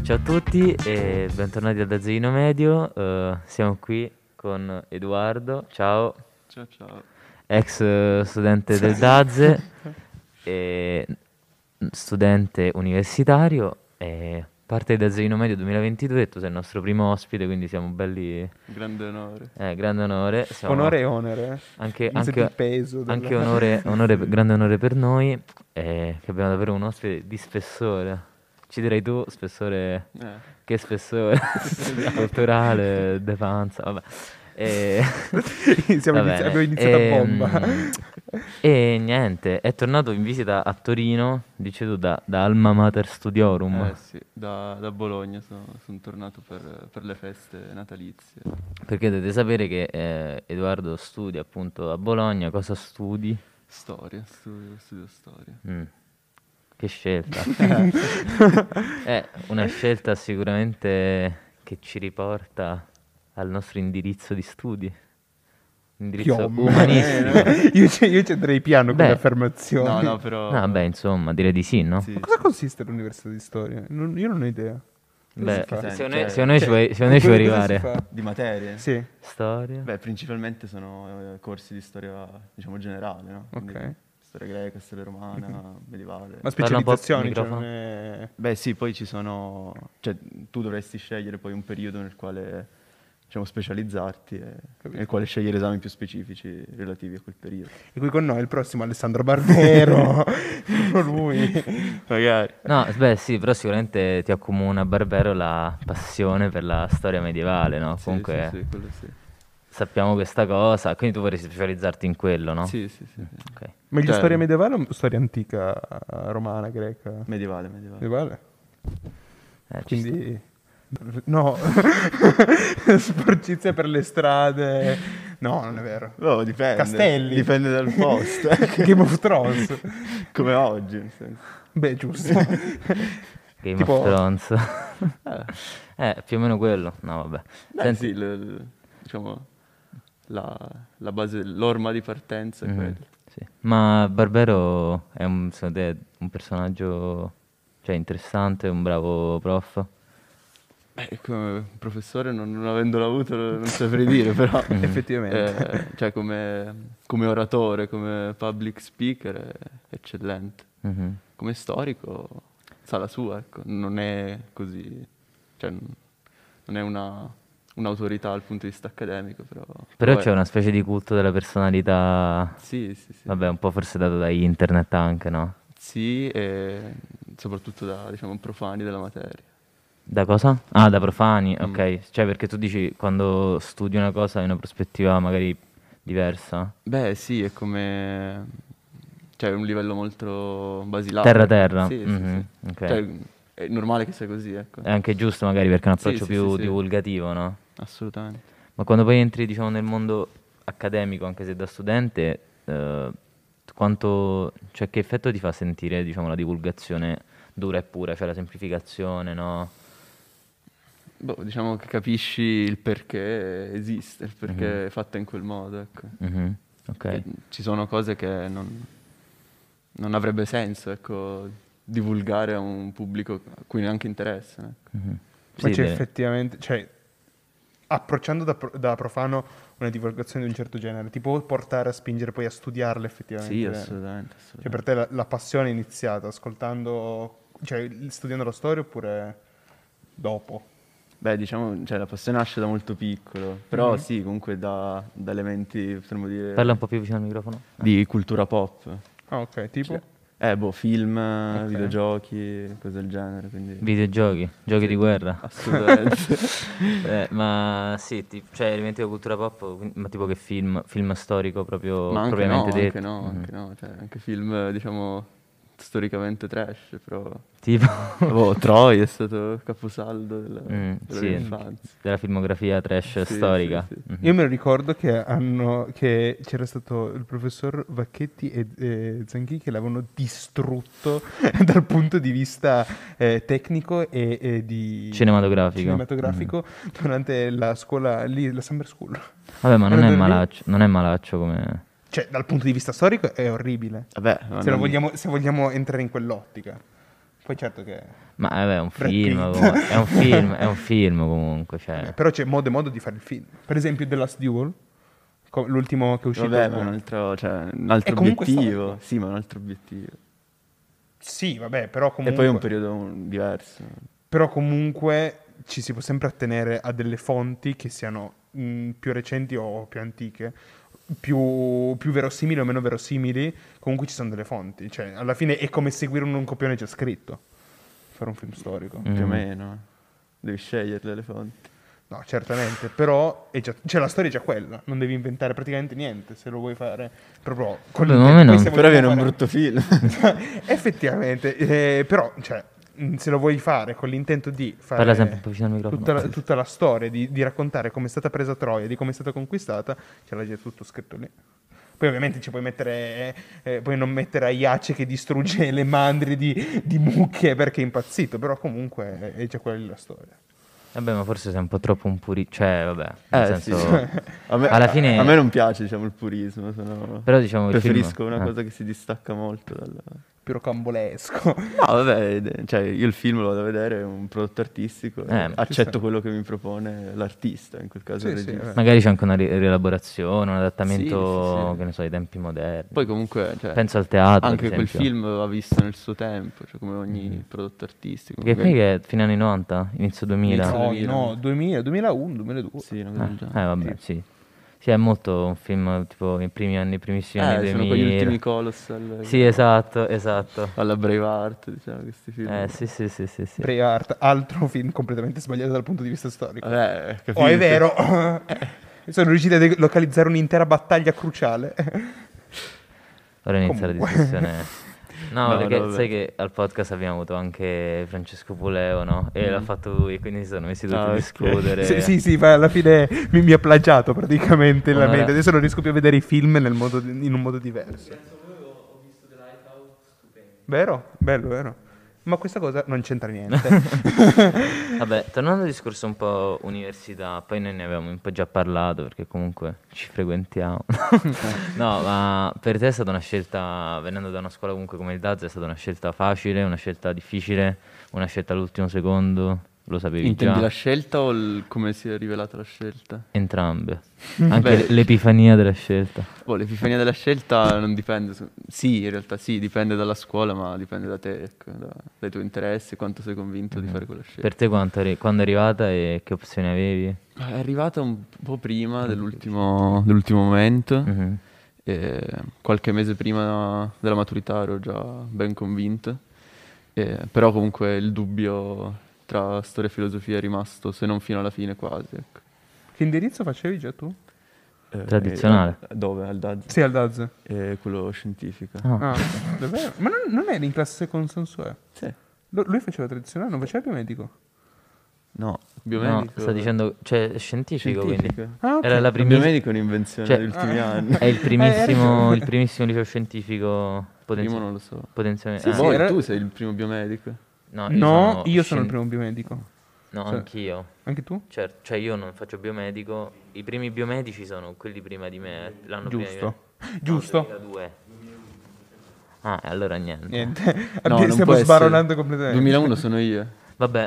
Ciao a tutti e bentornati al Dazzino Medio. Siamo qui con Edoardo, ciao, Ciao ciao. ex studente del Dazze e studente universitario e parte del Dazzino Medio 2022. Tu sei il nostro primo ospite, quindi siamo belli, Grande onore. grande onore. Onore e onere. Anche, Mi senti il anche, peso anche grande onore per noi, che abbiamo davvero un ospite di spessore. Ci direi tu, spessore, che spessore, culturale, de panza, vabbè. E, Abbiamo iniziato a bomba. E niente, è tornato in visita a Torino, dice tu, da Alma Mater Studiorum. Sì, da Bologna sono tornato per le feste natalizie. Perché dovete sapere che Edoardo studia appunto a Bologna. Cosa studi? Storia, studio storia. Che scelta. È una scelta sicuramente che ci riporta al nostro indirizzo di studi. Indirizzo umanistico. Io ci andrei piano con le affermazioni. No, però... No, beh, insomma, direi di sì, no? Sì, Ma cosa consiste l'università di storia? Io non ho idea. Beh, Cosa si fa? secondo noi ci vuoi arrivare. Di materie? Sì, Storia. Beh, principalmente sono corsi di storia, diciamo, generale, no? Quindi ok. storia greca, storia romana, medievale. Ma Parla un po' al specializzazioni, cioè microfono. non è... Beh sì, poi ci sono... Cioè, tu dovresti scegliere poi un periodo nel quale, diciamo, specializzarti e nel quale scegliere esami più specifici relativi a quel periodo. E qui con noi il prossimo Alessandro Barbero. Lui. Magari. No, beh, sì, però sicuramente ti accomuna Barbero la passione per la storia medievale, no? Sì, Comunque sì, quello sì. sappiamo questa cosa, quindi tu vorresti specializzarti in quello, no? Sì. Ok. Meglio Cioè- storia medievale o storia antica, romana, greca? Medievale. Medievale? Ci sta. Quindi... No, sporcizia per le strade. No, non è vero. No, dipende. Castelli. Dipende dal posto. Game of Thrones. Come oggi, nel senso. Beh, giusto. Game Tipo- of Thrones. Più o meno quello. No, vabbè. Beh, Senti, sì, diciamo, la base, l'orma di partenza è quella. sì. Ma Barbero è secondo te un personaggio, cioè, interessante, un bravo prof? Come professore, non avendolo avuto, non saprei dire, però Effettivamente. cioè come oratore, come public speaker è eccellente. Mhm. Come storico sa la sua, ecco, non è così, cioè non è un'autorità dal punto di vista accademico, Però è. c'è una specie di culto della personalità, Sì. vabbè, un po' forse dato da internet anche, no? Sì, e soprattutto da, diciamo, profani della materia. Da cosa? Ah, da profani, ok. Cioè, perché tu dici quando studi una cosa hai una prospettiva magari diversa? Beh, sì, è come... Cioè, è un livello molto basilare. Terra. Sì. Ok. Cioè, è normale che sia così, ecco. È anche giusto magari perché è un Sì, approccio sì, più sì, sì. divulgativo, no? Assolutamente. Ma quando poi entri, diciamo, nel mondo accademico, anche se da studente, cioè, che effetto ti fa sentire, diciamo, la divulgazione dura e pura, cioè la semplificazione, no? Boh, diciamo che capisci il perché esiste, il perché è fatta in quel modo, ecco. Mhm, ok. E ci sono cose che non avrebbe senso, ecco, divulgare a un pubblico a cui neanche interessa, ecco. Mhm. Ma Sì, c'è effettivamente, cioè, approcciando da profano una divulgazione di un certo genere, ti può portare a spingere poi a studiarla effettivamente. Sì, assolutamente. Cioè, per te la passione è iniziata ascoltando, cioè, studiando la storia oppure dopo? Beh, diciamo, cioè, la passione nasce da molto piccolo, però sì, comunque da elementi, potremmo dire, parla un po' più vicino al microfono. di cultura pop. Ah, ok, tipo? Film, videogiochi, cose del genere, quindi... Videogiochi, giochi di guerra. Assolutamente. Ma sì, cioè elementi di cultura pop, ma tipo che film storico proprio Ma anche propriamente no, detto. anche no, cioè anche film, diciamo, storicamente trash, però... Tipo, Boh, Troy è stato caposaldo della mia sì, infanzia. della filmografia trash Sì, storica. sì. Mhm. Io me lo ricordo che c'era stato il professor Vacchetti e Zanchi che l'avevano distrutto dal punto di vista tecnico e di Cinematografico. Durante la scuola lì, la Summer School. Vabbè, ma non è Era malaccio, non è malaccio come... Cioè, dal punto di vista storico è orribile. Vabbè, Se vogliamo entrare in quell'ottica. Poi certo che... Ma vabbè, è un Brad film, Pitt. è un film comunque, cioè. Però c'è modo e modo di fare il film. Per esempio The Last Duel, l'ultimo che è uscito. Vabbè, ma un altro comunque obiettivo. storico. Sì, ma un altro obiettivo. Sì, vabbè, però comunque... E poi è un periodo diverso. Però comunque ci si può sempre attenere a delle fonti che siano più recenti o più antiche, più verosimili o meno verosimili, comunque ci sono delle fonti. Cioè, alla fine è come seguire un copione già scritto, fare un film storico. Più o meno. Devi scegliere le fonti. No, certamente, però cioè, la storia è già quella, non devi inventare praticamente niente se lo vuoi fare proprio con Vabbè, ma a me l'intento. no. Poi se Però viene vogliamo un fare- brutto film. Effettivamente, però, cioè, se lo vuoi fare con l'intento di fare Parla sempre un po' vicino al microfono. tutta la storia, di raccontare come è stata presa Troia, di come è stata conquistata, ce l'ha già tutto scritto lì. Poi ovviamente ci puoi mettere, puoi non mettere Aiace che distrugge le mandrie di mucche perché è impazzito, però comunque è già quella lì la storia. Vabbè, ma forse sei un po' troppo un purista. Cioè, vabbè, nel Sì. senso. A Alla fine. me non piace, diciamo, il purismo. Però diciamo il preferisco film- una cosa che si distacca molto dal... Più rocambolesco. No, vabbè, cioè io il film lo vado a vedere, è un prodotto artistico, e ci accetto sta. quello che mi propone l'artista, in quel caso il Sì, sì, regista. Magari c'è anche una rielaborazione, un adattamento, Sì, sì, sì. che ne so, ai tempi moderni. Poi comunque, cioè, Penso al teatro, ad anche quel esempio. film va visto nel suo tempo, cioè come ogni prodotto artistico. Che qui magari- che è fine anni 90, inizio 2000. Inizio- No, 2000. no, 2000, 2001, 2002. Sì, una cosa del genere. Vabbè, sì. Sì, è molto un film tipo nei primi anni, primissimi anni Sono 2000. quegli ultimi Colossal. Sì, esatto. Alla Braveheart, diciamo, questi film. Sì. Braveheart, altro film completamente sbagliato dal punto di vista storico. Vabbè, capito. Oh, è vero. Sono riusciti a localizzare un'intera battaglia cruciale. Ora inizia la Comunque. discussione. No, No, perché no, vabbè. sai che al podcast abbiamo avuto anche Francesco Puleo, no? E l'ha fatto lui, quindi si sono messi tutti Ah, a ok. discutere. Sì, ma alla fine mi ha plagiato praticamente la Un'ora- mente. Adesso non riesco più a vedere i film in un modo diverso. Vero? Bello, vero? Ma questa cosa non c'entra niente. Vabbè, tornando al discorso un po' università, poi noi ne avevamo un po' già parlato perché comunque ci frequentiamo. No, ma per te è stata una scelta, venendo da una scuola comunque come il Daz, è stata una scelta facile, una scelta difficile, una scelta all'ultimo secondo? Lo sapevi Intendi già? la scelta o come si è rivelata la scelta? Entrambe. Anche Beh. l'epifania della scelta. L'epifania della scelta non dipende, sì, in realtà sì, dipende dalla scuola, ma dipende da te, ecco, dai tuoi interessi, quanto sei convinto di fare quella scelta. Per te quando è arrivata e che opzioni avevi? È arrivata un po' prima dell'ultimo momento, Mhm. e qualche mese prima della maturità ero già ben convinto, però comunque il dubbio tra storia e filosofia è rimasto, se non fino alla fine quasi, ecco. Che indirizzo facevi già tu? Tradizionale. Dove? Al DAD? Sì, al Daz. Quello scientifico. Ah. Ah, davvero? Ma non eri in classe con Sansue? Sì. Lui faceva tradizionale, non faceva biomedico? No, No, biomedico. sta dicendo, cioè è scientifico, quindi. Ah, ok. Era la Il primissima. biomedico è un'invenzione Cioè, degli ultimi anni. È il primissimo liceo scientifico Primo non lo so. potenzialmente. Sì, sì, voi, era- tu sei il primo biomedico. No, No, io sono il scien- primo biomedico. No, Cioè- anch'io. Anche tu? Certo, cioè io non faccio biomedico. I primi biomedici sono quelli prima di me, l'anno Giusto. prima di me. Giusto. No, 2002. Ah, e allora niente. Niente. No, non Stiamo può essere. sbaronando completamente. 2001 sono io. Vabbè,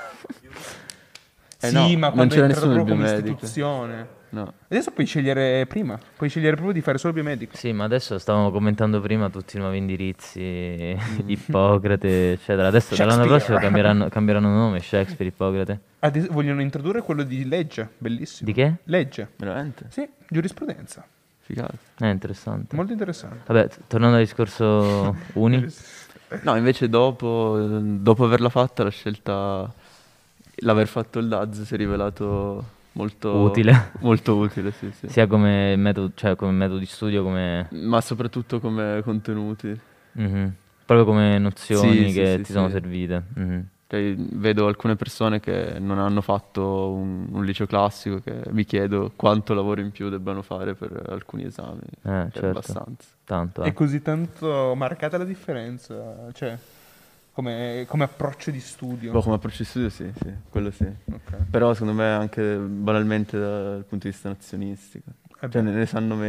Sì, no, ma non quando c'era entra nessuno nel proprio come biomedico. istituzione. No. Adesso puoi scegliere prima. Puoi scegliere proprio di fare solo biomedico. sì, ma adesso stavamo commentando prima tutti i nuovi indirizzi, Ippocrate, eccetera. Adesso dall'anno Shakespeare. prossimo cambieranno nome, Shakespeare, Ippocrate. Vogliono introdurre quello di legge, bellissimo. Di che? Legge. Veramente? Sì, giurisprudenza. Figata. Interessante. Molto interessante. Vabbè, tornando al discorso uni, No, invece dopo averla fatta la scelta, l'aver fatto il DAZ si è rivelato molto Utile. Molto utile, sì, sì. sia come metodo, cioè come metodo di studio, come Ma soprattutto come contenuti. mhm, proprio come nozioni Sì, che sì, ti sì, sono sì. servite. Mhm. Cioè, vedo alcune persone che non hanno fatto un liceo classico che mi chiedo quanto lavoro in più debbano fare per alcuni esami. È Certo, abbastanza. tanto. È così tanto marcata la differenza, cioè come approccio di studio. Come approccio di studio sì, quello sì. Ok. Però secondo me anche banalmente dal punto di vista nozionistico. Eh Cioè beh. ne sanno meno.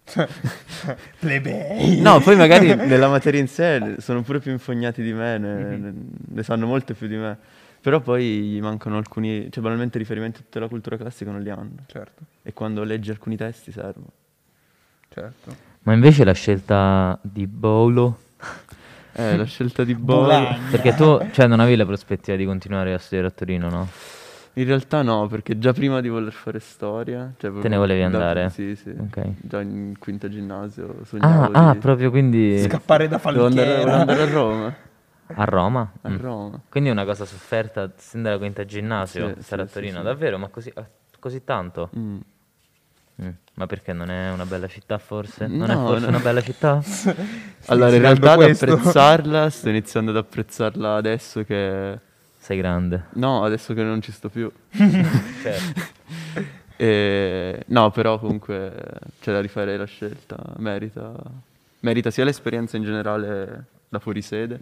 Plebei. No, poi magari nella materia in sé sono pure più infognati di me, ne sanno molte più di me. Però poi gli mancano alcuni, cioè banalmente riferimenti a tutta la cultura classica non li hanno. Certo, E quando leggi alcuni testi servono. certo. Ma invece la scelta di Bolo, La scelta di Bolo... Bologna. perché tu, cioè, non avevi la prospettiva di continuare a studiare a Torino, no? In realtà no, perché già prima di voler fare storia... Cioè Te ne volevi andare? Sì, sì. Ok. Già in quinta ginnasio sognavo di... Proprio quindi Scappare da Volevo Falchiera. andare a Roma. a Roma? A Roma. Quindi è una cosa sofferta sin dalla quinta ginnasio, Sì, stare a sì, Torino, sì. davvero? Ma così tanto? Mm. Ma perché non è una bella città forse? Non è No, forse no. una bella città? Allora, in insinuando realtà ad questo? apprezzarla, sto iniziando ad apprezzarla adesso che... Sei grande. No, adesso che non ci sto più. Certo. No, però comunque c'è da rifare la scelta. Merita sia l'esperienza in generale da fuorisede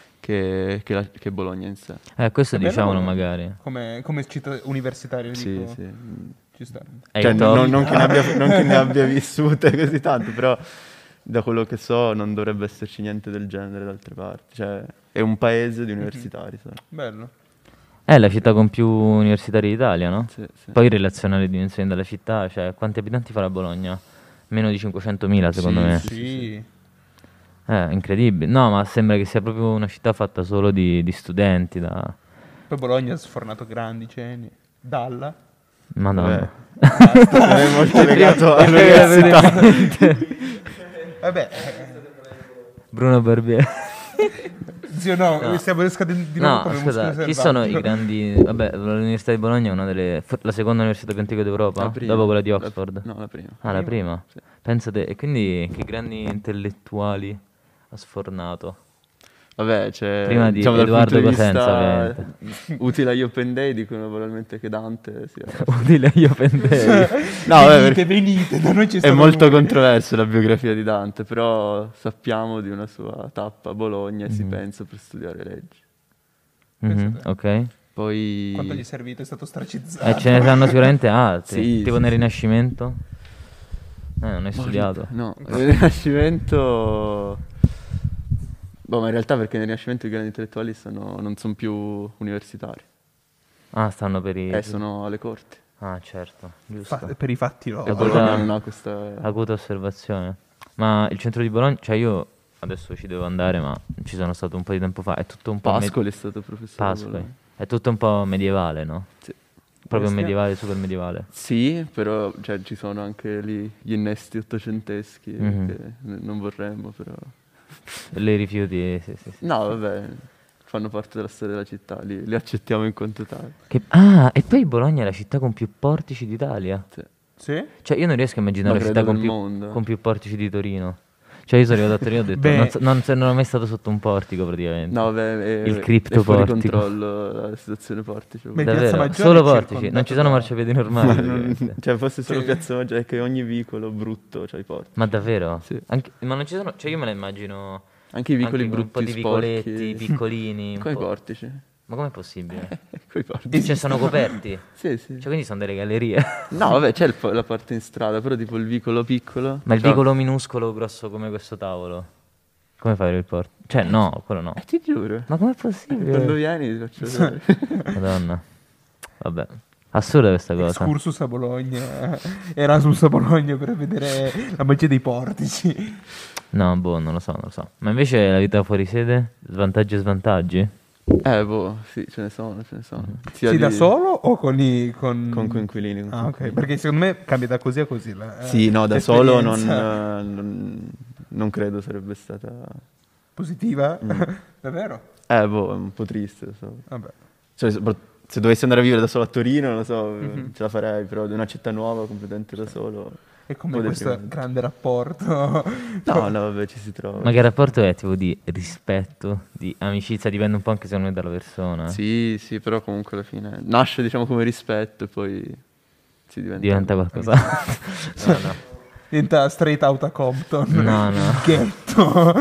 che Bologna in sé. Questo È bello diciamolo Bologna. magari. Come città universitaria, Sì, dico. sì. Ci sta. È Cioè, il top. non che ne abbia vissute così tanto, però da quello che so non dovrebbe esserci niente del genere da altre parti. Cioè, è un paese di universitari, sai. Bello. È la città con più universitari d'Italia, no? Sì, sì. Poi in relazione alle dimensioni della città, cioè quanti abitanti farà Bologna? Meno di 500.000 secondo Sì, me. Sì. Incredibile. No, ma sembra che sia proprio una città fatta solo di studenti. Poi Bologna ha sfornato grandicenni. Dalla. Madonna. È molto legato all'università. Vabbè. Bruno Barbieri. Zio, no, No. stiamo scadendo di nuovo No, come scusa, muscolo chi sono selvaggio. i grandi... Vabbè, l'Università di Bologna è una la seconda università più antica d'Europa, La prima. dopo quella di Oxford. No, la prima. Ah, la prima? Sì. Pensate, e quindi che grandi intellettuali ha sfornato. Vabbè, c'è Prima di diciamo, dal Edoardo punto di Cosenza, vista utile agli open day dicono probabilmente che Dante sia... Utile io pendevo. No, vabbè, Venite, venite, da noi ci è sono molto voi. controversa la biografia di Dante, però sappiamo di una sua tappa a Bologna e si pensa per studiare leggi. Mhm, ok. Poi... Quanto gli è servito? È stato E stracizzato. ce ne saranno sicuramente altri. Sì, Tipo sì, nel sì. Rinascimento. Non hai studiato. No, nel Rinascimento... Boh, ma in realtà perché nel Rinascimento i grandi intellettuali non sono più universitari, Stanno per i... sono alle corti. Ah, certo, giusto. Per i fatti E loro. Bologna non ha questa... Acuta osservazione. Ma il centro di Bologna, cioè io adesso ci devo andare, ma ci sono stato un po' di tempo fa. È tutto un po' Pascoli è stato professore. a Pascoli. Bologna. È tutto un po' medievale, no? Sì. Proprio Questo- medievale, super medievale. Sì, però cioè, ci sono anche lì gli innesti ottocenteschi Mhm. che non vorremmo, però... Le rifiuti, sì, sì, sì. No, vabbè, fanno parte della storia della città, li accettiamo in quanto tali. E poi Bologna è la città con più portici d'Italia. Sì. Sì? Cioè io non riesco a immaginare Ma una città credo con del più, mondo. con più portici di Torino. Cioè io sono arrivato a Torino e ho detto, Beh. non sono mai stato sotto un portico praticamente. No, vabbè, Il è cripto fuori portico. controllo la situazione portici. Beh, Davvero? Piazza Maggiore Solo è portici, non circondato ci sono da- marciapiedi Ma normali. non- praticamente. cioè, fosse solo Sì. Piazza Maggiore, è che ogni vicolo brutto c'ha i porti. Ma davvero? Sì. Ma non ci sono, cioè io me la immagino Anche i vicoli anche con un po' brutti, di vicoletti, sporchi. piccolini. un Coi po'. portici. Ma com'è possibile? Coi portici. Cioè sono coperti? Sì, sì. Cioè quindi sono delle gallerie. No, vabbè, c'è la parte in strada, però tipo il vicolo piccolo. Ma il c'ha- vicolo minuscolo grosso come questo tavolo? Come fai il porto? Cioè no, quello no. Ti giuro. Ma com'è Quando possibile? vieni ti faccio vedere. Madonna. Vabbè. Assurda questa cosa. Excursus a Bologna. Erasmus a Bologna per vedere la magia dei portici. No, boh, non lo so. Ma invece la vita fuori sede? Svantaggi e svantaggi? Boh, sì, ce ne sono. Sia Sì, da di- solo o con i... Con coinquilini. con Ah, ok. coinquilini. Perché secondo me cambia da così a così. Sì, no, da solo l'esperienza non credo sarebbe stata... Positiva? Davvero? Boh, è un po' triste, lo so. Vabbè. Cioè, se dovessi andare a vivere da solo a Torino, non lo so, ce la farei, però di una città nuova, completamente da solo... E come un po' questo deprimente. grande rapporto. No, vabbè, ci si trova. Ma che rapporto è tipo di rispetto, di amicizia? Dipende un po' anche secondo me dalla persona. Sì, però comunque alla fine nasce, diciamo, come rispetto e poi si Diventa qualcosa. No. Diventa straight outta Compton. No. Ghetto.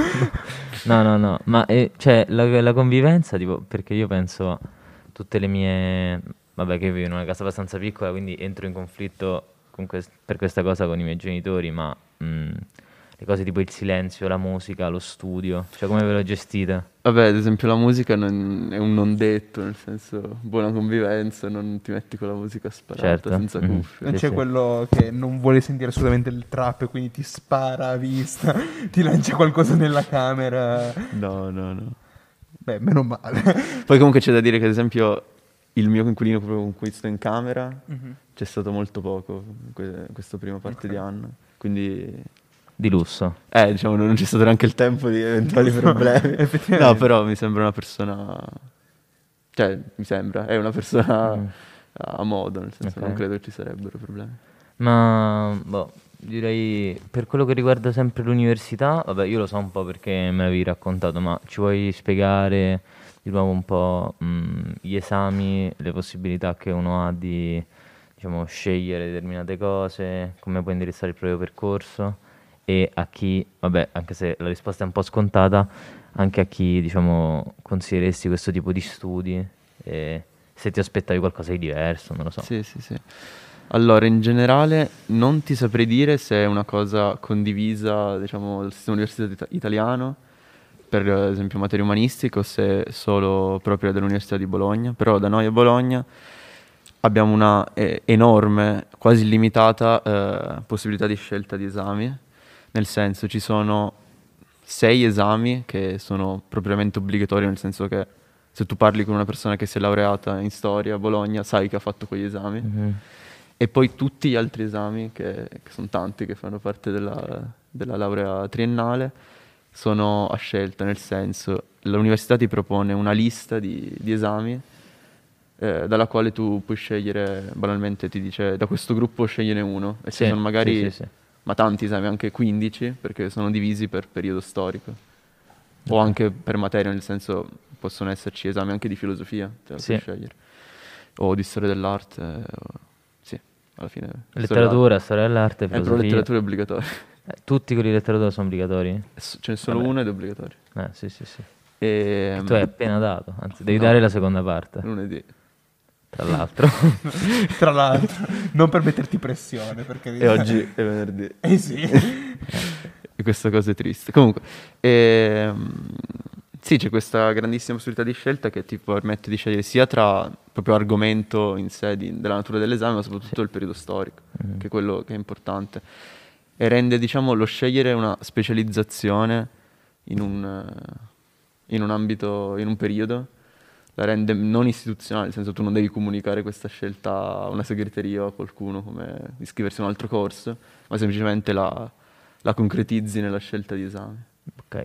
No. Ma cioè la convivenza, tipo, perché io penso a tutte le mie... Vabbè, che vivo in una casa abbastanza piccola, quindi entro in conflitto per questa cosa con i miei genitori, ma le cose tipo il silenzio, la musica, lo studio, cioè come ve lo gestite? Vabbè, ad esempio la musica è un non detto, nel senso, buona convivenza, non ti metti con la musica sparata, Certo. senza cuffie. Non Sì, c'è sì. quello che non vuole sentire assolutamente il trap e quindi ti spara a vista, ti lancia qualcosa nella camera. No. Beh, meno male. Poi comunque c'è da dire che ad esempio il mio coinquilino proprio con cui sto in camera c'è stato molto poco questa prima parte di anno, quindi Di lusso. diciamo non c'è stato neanche il tempo di eventuali problemi. Effettivamente. No, però mi sembra una persona, cioè mi sembra, è una persona a modo, nel senso Ok. non credo che ci sarebbero problemi. Ma boh, direi per quello che riguarda sempre l'università, vabbè, io lo so un po' perché me l'avevi raccontato, ma ci vuoi spiegare di nuovo un po' gli esami, le possibilità che uno ha di, diciamo, scegliere determinate cose, come può indirizzare il proprio percorso e a chi, vabbè, anche se la risposta è un po' scontata, anche a chi, diciamo, consiglieresti questo tipo di studi e se ti aspettavi qualcosa di diverso, non lo so. Sì. Allora, in generale non ti saprei dire se è una cosa condivisa, diciamo, dal sistema universitario italiano, per esempio materie umanistiche, o se è solo proprio dell'Università di Bologna. Però da noi a Bologna abbiamo una enorme, quasi illimitata possibilità di scelta di esami, nel senso ci sono 6 esami che sono propriamente obbligatori, nel senso che se tu parli con una persona che si è laureata in storia a Bologna, sai che ha fatto quegli esami. Mhm. E poi tutti gli altri esami, che sono tanti, che fanno parte della laurea triennale, sono a scelta, nel senso l'università ti propone una lista di esami dalla quale tu puoi scegliere, banalmente ti dice da questo gruppo scegliene uno, e ci Sì, sono magari, sì. ma tanti esami, anche 15, perché sono divisi per periodo storico, o anche per materia, nel senso possono esserci esami anche di filosofia, te la Sì. puoi scegliere, o di storia dell'arte, sì, alla fine. Letteratura, storia dell'arte, Però filosofia. letteratura è obbligatoria. Tutti quelli di letteratura sono obbligatori? Ce n'è solo Vabbè. uno ed è obbligatorio. Sì. E, Che tu hai appena dato, anzi devi no. dare la seconda parte, lunedì. tra l'altro. Tra l'altro, non per metterti pressione, perché... E oggi è venerdì. Sì. E questa cosa è triste. Comunque, sì, c'è questa grandissima possibilità di scelta che ti permette di scegliere sia tra proprio argomento in sé della natura dell'esame, ma soprattutto il periodo storico, che è quello che è importante. E rende, diciamo, lo scegliere una specializzazione in un ambito, in un periodo, la rende non istituzionale, nel senso tu non devi comunicare questa scelta a una segreteria o a qualcuno come iscriversi a un altro corso, ma semplicemente la concretizzi nella scelta di esame. Ok.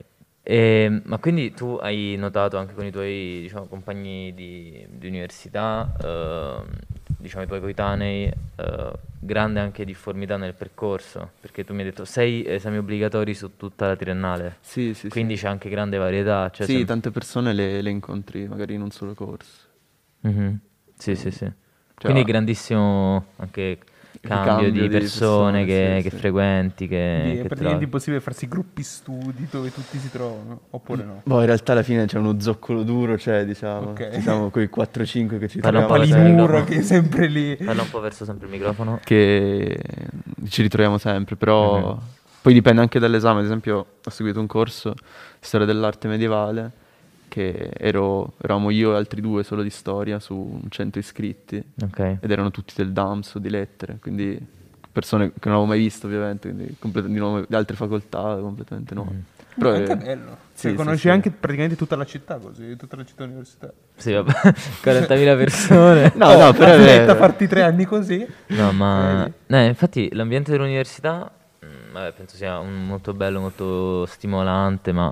Ma quindi tu hai notato anche con i tuoi, diciamo, compagni di università, diciamo i tuoi coetanei, grande anche difformità nel percorso? Perché tu mi hai detto 6 esami obbligatori su tutta la triennale, Sì. quindi c'è anche grande varietà. Cioè Sì, tante persone le incontri magari in un solo corso. Mhm. Sì. Cioè, Quindi grandissimo anche cambio di persone che sì. frequenti, Quindi che è praticamente trovi. impossibile farsi gruppi studi dove tutti si trovano, oppure no? Boh, in realtà alla fine c'è uno zoccolo duro, cioè, diciamo, Ok. ci siamo quei 4-5 che ci Parla un po' troviamo verso il sempre, Palinuro microfono. che è sempre lì. Parla un po' verso sempre il microfono. che ci ritroviamo sempre, però poi dipende anche dall'esame. Ad esempio ho seguito un corso storia dell'arte medievale, che eravamo io e altri 2 solo di storia su 100 iscritti, Ok. ed erano tutti del DAMS o di lettere, quindi persone che non avevo mai visto ovviamente, quindi di nuovo di altre facoltà completamente nuove. Però Anche è bello. sì, sì, conosci sì. anche praticamente tutta la città così, tutta la città universitaria. Sì, vabbè, 40.000 persone. No, però è Aspetta, vero. farti 3 anni così. No, ma Vedi? infatti l'ambiente dell'università, vabbè, penso sia molto bello, molto stimolante, ma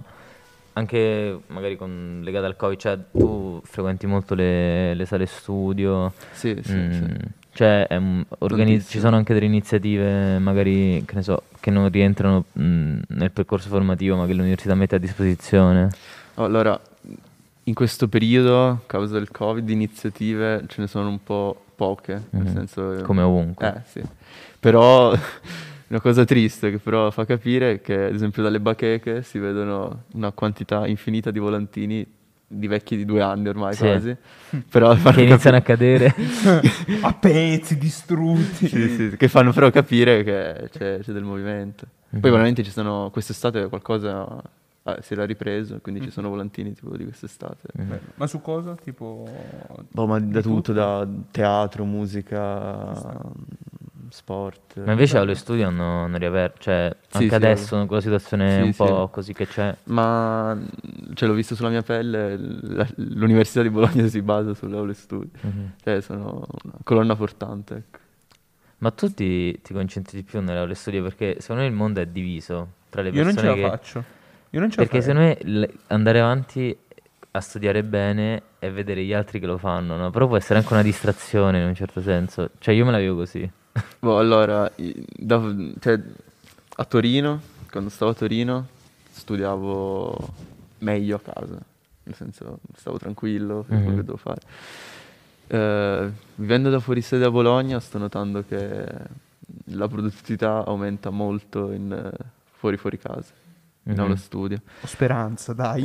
anche magari legato al Covid, cioè tu frequenti molto le sale studio, Sì. cioè ci Tantissimo. sono anche delle iniziative magari, che ne so, che non rientrano nel percorso formativo, ma che l'università mette a disposizione. Allora, in questo periodo, a causa del Covid, iniziative ce ne sono un po' poche, nel senso... Come ovunque. Sì. Però una cosa triste che però fa capire è che, ad esempio, dalle bacheche si vedono una quantità infinita di volantini di vecchi di 2 anni ormai Sì. quasi, però fanno Che iniziano a capire- cadere. A pezzi, distrutti. sì, che fanno però capire che c'è del movimento. Mhm. Poi veramente ci sono, quest'estate qualcosa si era ripreso, quindi ci sono volantini tipo di quest'estate. Mhm. Bello. Ma su cosa? Tipo... Boh, ma da Di tutto, da teatro, musica, sport. Ma invece allo studio hanno riaperto, cioè Sì, anche sì, adesso con la situazione sì, un sì. po' così che c'è. Ma cioè, l'ho visto sulla mia pelle, l'Università di Bologna si basa sulle aule studio, Mhm. cioè sono una colonna portante, ecco. Ma tu ti concentri di più nell'aule studio perché secondo me il mondo è diviso tra le Io non ce persone la che... faccio. Io non ce la Perché farei. secondo me andare avanti a studiare bene e vedere gli altri che lo fanno, no? Però può essere anche una distrazione in un certo senso. Cioè io me la vivo così. Boh, allora, cioè, a Torino, quando stavo a Torino, studiavo meglio a casa, nel senso stavo tranquillo, facevo quello che devo fare. Vivendo da fuori sede a Bologna sto notando che la produttività aumenta molto fuori casa, in aula studio. Ho speranza, dai.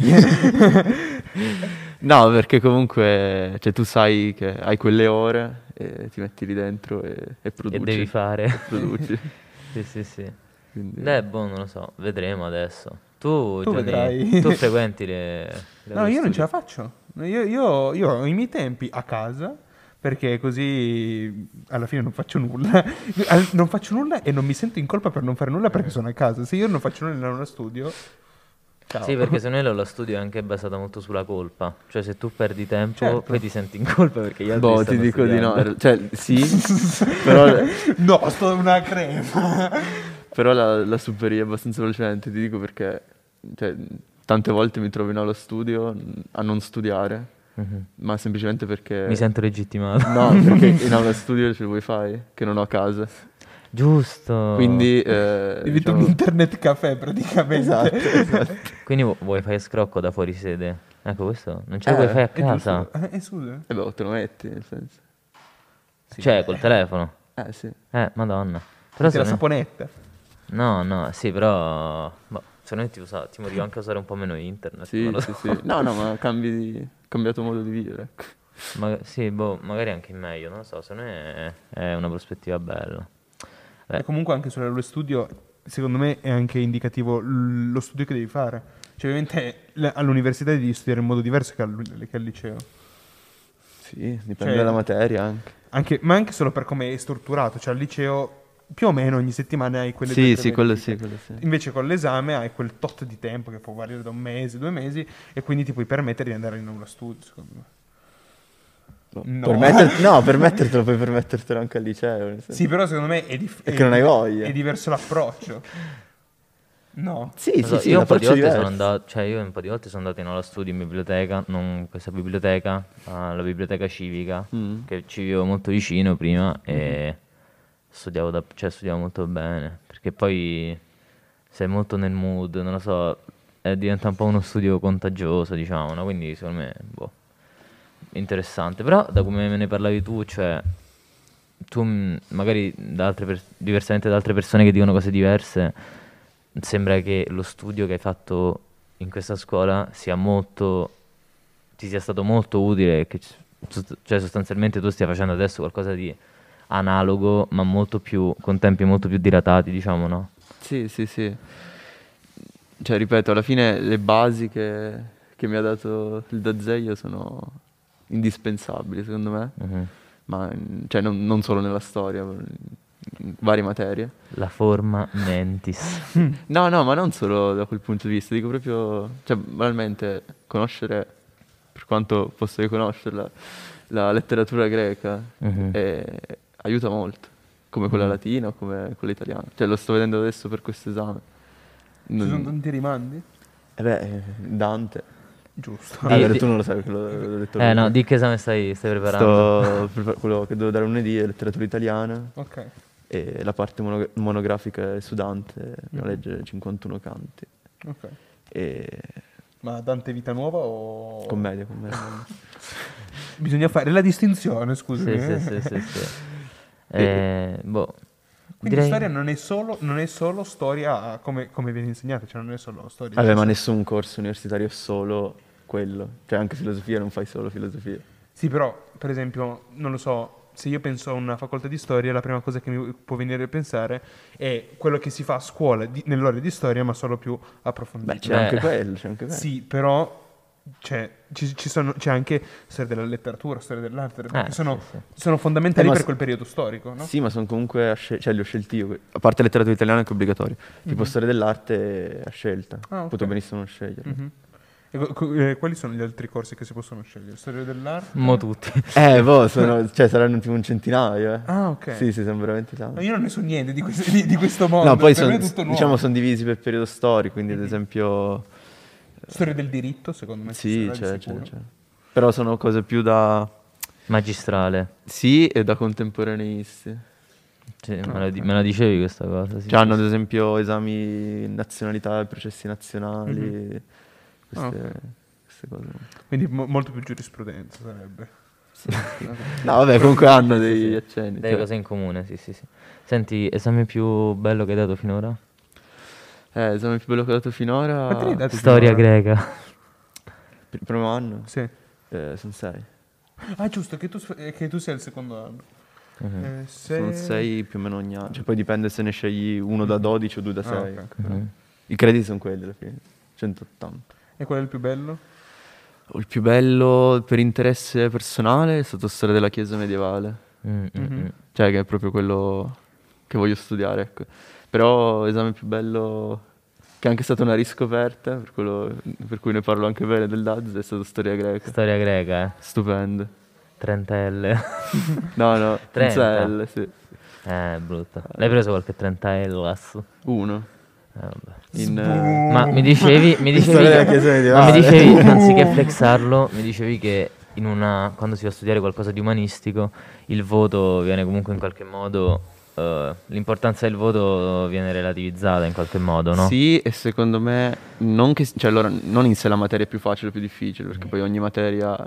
No, perché comunque cioè, tu sai che hai quelle ore e ti metti lì dentro e produci. E devi fare. E produci. Sì, sì, sì. Quindi- Boh, non lo so, vedremo adesso. Tu, Tu Gianni, vedrai. tu frequenti le No, aule io non ce studio? la faccio. Io ho i miei tempi a casa perché così alla fine non faccio nulla. Non faccio nulla e non mi sento in colpa per non fare nulla perché sono a casa. Se io non faccio nulla nello studio, ciao. Sì, perché secondo me lo studio è anche basata molto sulla colpa. Cioè se tu perdi tempo, Certo. poi ti senti in colpa perché gli altri Boh, ti stanno dico di no. studiando. Cioè, sì, però, No, sto una crema. però la superi abbastanza velocemente, ti dico perché cioè, tante volte mi trovo in aula studio a non studiare, Mhm. ma semplicemente perché... Mi sento legittimato. No, perché in aula studio c'è il wifi, che non ho a casa. Giusto. Quindi... Diventa un internet caffè praticamente. Esatto. Quindi vuoi fare scrocco da fuori sede? Ecco, questo non ce lo Eh, vuoi fare a È casa? giusto. Scusa. E beh, te lo metti, nel senso. Cioè, col telefono. Sì. Madonna. Però Metti la secondo me- saponetta. No, sì, però... Boh, secondo me ti motivo anche a usare un po' meno internet. Sì, non lo sì, so. sì. No, ma cambiato modo di vivere, ecco. Sì, boh, magari anche in meglio, non lo so, secondo me è una prospettiva bella. E comunque anche sull'aula studio, secondo me è anche indicativo lo studio che devi fare. Cioè, ovviamente all'università devi studiare in modo diverso che al liceo. Sì, dipende Cioè- dalla materia anche. Ma anche solo per come è strutturato. Cioè, al liceo più o meno ogni settimana hai quelle Sì, due o tre sì, quello verifiche. sì, quello sì. Invece con l'esame hai quel tot di tempo che può variare da un mese, 2 mesi, e quindi ti puoi permettere di andare in aula studio, secondo me. No. Permettertelo puoi permettertelo anche al liceo. Nel senso. Sì, però secondo me È che non hai voglia. è diverso l'approccio. No. Sì, Non so, sì, io un po' di l'approccio è volte sono diverso. andato, cioè io un po' di volte sono andato in aula studio in biblioteca, non questa biblioteca, la biblioteca civica, che ci vivevo molto vicino prima e studiavo molto bene, perché poi sei molto nel mood, non lo so, diventa un po' uno studio contagioso, diciamo, no? Quindi secondo me, boh, interessante. Però da come me ne parlavi tu, cioè, tu magari diversamente da altre persone che dicono cose diverse, sembra che lo studio che hai fatto in questa scuola ti sia stato molto utile, e che cioè sostanzialmente tu stia facendo adesso qualcosa di analogo, ma molto più, con tempi molto più dilatati, diciamo, no? Sì, sì, sì. Cioè, ripeto, alla fine le basi che mi ha dato il Dazeio sono indispensabili, secondo me. Mhm. Ma cioè, non solo nella storia, in varie materie. La forma mentis. No, ma non solo da quel punto di vista, dico proprio, cioè, banalmente, conoscere, per quanto posso riconoscerla, la letteratura greca Mhm. aiuta molto, come quella latina o come quella italiana. Cioè, lo sto vedendo adesso per questo esame. Ci sono tanti rimandi? Dante. Giusto. Allora, di- tu non lo sai, quello l'ho detto No, prima. di che esame stai preparando? Quello che devo dare lunedì è letteratura italiana Ok. e la parte monografica è su Dante, una legge 51 canti. Ok. E Ma Dante Vita Nuova o... commedia. Bisogna fare la distinzione, scusami. Sì. Boh. Quindi Direi... storia non è solo storia come viene insegnata, cioè non è solo storia. Vabbè, ma nessun corso universitario è solo quello. Cioè anche filosofia non fai solo filosofia. Sì, però, per esempio, non lo so, se io penso a una facoltà di storia, la prima cosa che mi può venire a pensare è quello che si fa a scuola nell'ora di storia, ma solo più approfondito. Beh, c'è anche quello. Sì, però c'è anche storia della letteratura, storia dell'arte, che sono fondamentali per quel periodo storico, no? Sì, ma sono comunque cioè li ho scelti io, a parte letteratura italiana che è obbligatorio. Tipo storia dell'arte a scelta, potevo benissimo non scegliere. E quali sono gli altri corsi che si possono scegliere? Storia dell'arte? Mo tutti. Saranno tipo un centinaio, Ah, ok. Sì, sono veramente tanti. No, io non ne so niente di questo mondo. No, poi per me è tutto nuovo. diciamo sono divisi per periodo storico, quindi ad esempio... Storia del diritto, secondo me. Sì, c'è. Però sono cose più da... Magistrale. Sì, e da contemporaneisti. Cioè, me la dicevi questa cosa? Sì, Cioè hanno ad esempio esami nazionalità e processi nazionali, queste cose. Quindi molto più giurisprudenza sarebbe. Sì. No, vabbè, comunque hanno degli accenni. Delle cose in comune, sì. Senti, esame più bello che hai dato finora? Esame più bello che ho dato finora... Quanti ne hai dati Storia finora? greca. Il primo anno? Sì. Sono 6. Ah, giusto, che tu sei al secondo anno. Sono 6 più o meno ogni anno. Cioè poi dipende se ne scegli uno da 12 o 2 da 6. Okay. I crediti sono quelli alla fine, 180. E qual è il più bello? Il più bello per interesse personale è stato storia della Chiesa medievale. Cioè che è proprio quello che voglio studiare, ecco. Però l'esame più bello, che è anche stata una riscoperta, per cui ne parlo anche bene del DAZ, è stato storia greca. Storia greca, Stupendo. 30L. No, 30. 30L, sì. Brutta. L'hai preso qualche 30L? Uno. Sboom. Ma mi dicevi Storia della Chiesa medievale. mi dicevi, anziché flexarlo, mi dicevi che quando si va a studiare qualcosa di umanistico, il voto viene comunque in qualche modo, l'importanza del voto viene relativizzata in qualche modo, no? Sì, e secondo me non in sé la materia è più facile o più difficile, perché poi ogni materia